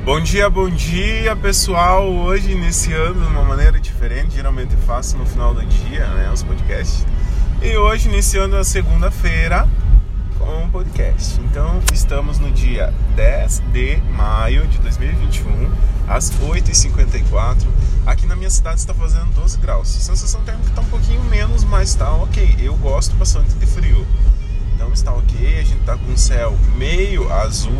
Bom dia pessoal, hoje iniciando de uma maneira diferente, geralmente eu faço no final do dia, né, os podcasts, e hoje iniciando a segunda-feira com um podcast. Então estamos no dia 10 de maio de 2021, às 8h54, aqui na minha cidade está fazendo 12 graus, a sensação térmica está um pouquinho menos, mas está ok, eu gosto bastante de frio. Então está ok, a gente está com o céu meio azul,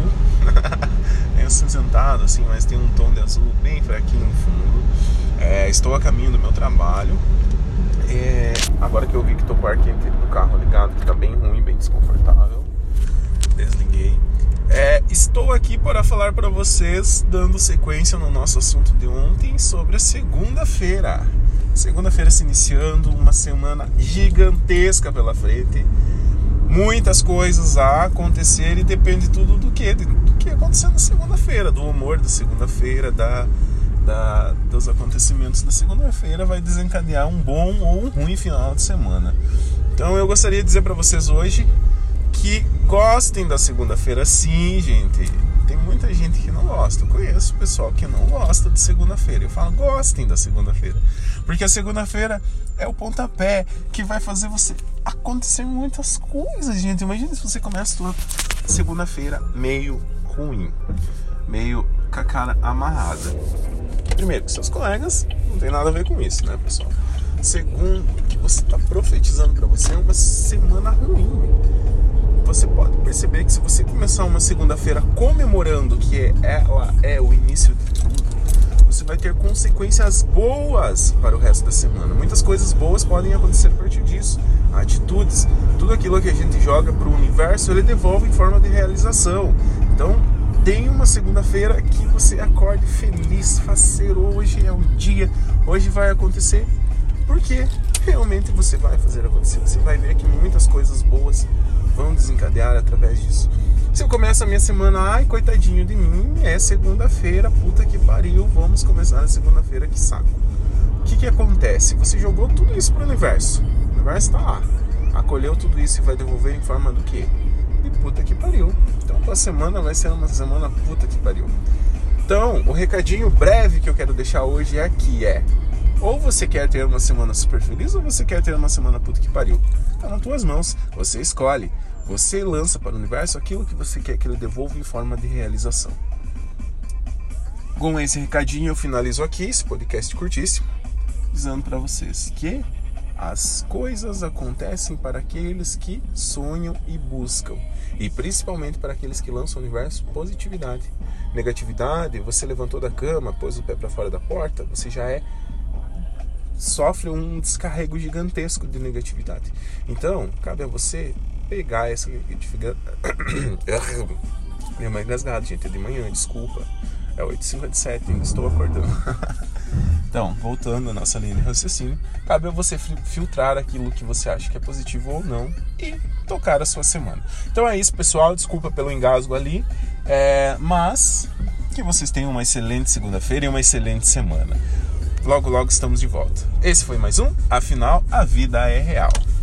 é acinzentado assim, mas tem um tom de azul bem fraquinho no fundo. Estou a caminho do meu trabalho. Agora que eu vi que estou com o ar quente do carro ligado, que está bem ruim, bem desconfortável, desliguei. Estou aqui para falar para vocês, dando sequência no nosso assunto de ontem sobre a segunda-feira. Segunda-feira se iniciando, uma semana gigantesca pela frente. Muitas coisas a acontecer e depende tudo do que acontecer na segunda-feira, do humor da segunda-feira, dos acontecimentos da segunda-feira, vai desencadear um bom ou um ruim final de semana. Então eu gostaria de dizer para vocês hoje que gostem da segunda-feira sim, gente. Tem muita gente que não gosta, eu conheço pessoal que não gosta de segunda-feira. Eu falo, gostem da segunda-feira, porque a segunda-feira é o pontapé que vai fazer você acontecer muitas coisas, gente. Imagina se você começa a sua segunda-feira meio ruim, meio com a cara amarrada. Primeiro, que seus colegas não tem nada a ver com isso, né, pessoal? Segundo, que você está profetizando para você uma semana ruim. Você pode perceber que se você começar uma segunda-feira comemorando que ela é o início de tudo, você vai ter consequências boas para o resto da semana. Muitas coisas boas podem acontecer a partir disso. Atitudes, tudo aquilo que a gente joga para o universo, ele devolve em forma de realização. Então, tem uma segunda-feira que você acorde feliz, faceiro, hoje é o dia, hoje vai acontecer, porque realmente você vai fazer acontecer. Você vai ver que muitas coisas boas vão desencadear através disso. Se eu começo a minha semana, ai, coitadinho de mim, é segunda-feira, puta que pariu, vamos começar a segunda-feira, que saco. O que acontece? Você jogou tudo isso pro universo. O universo tá lá, acolheu tudo isso e vai devolver em forma do quê? De puta que pariu. Então a semana vai ser uma semana puta que pariu. Então, o recadinho breve que eu quero deixar hoje aqui ou você quer ter uma semana super feliz ou você quer ter uma semana puta que pariu. Tá nas tuas mãos, você escolhe. Você lança para o universo aquilo que você quer que ele devolva em forma de realização. Com esse recadinho eu finalizo aqui esse podcast curtíssimo, dizendo para vocês que as coisas acontecem para aqueles que sonham e buscam, e principalmente para aqueles que lançam ao universo positividade. Negatividade, você levantou da cama, pôs o pé para fora da porta, você já sofre um descarrego gigantesco de negatividade. Então, cabe a você pegar essa negatividade. Minha mãe engasgada, gente, é de manhã, desculpa. É 8h57, ainda estou acordando. Então, voltando à nossa linha de raciocínio, cabe a você filtrar aquilo que você acha que é positivo ou não e tocar a sua semana. Então é isso, pessoal, desculpa pelo engasgo ali, mas que vocês tenham uma excelente segunda-feira e uma excelente semana. Logo, logo estamos de volta. Esse foi mais um, afinal, a vida é real.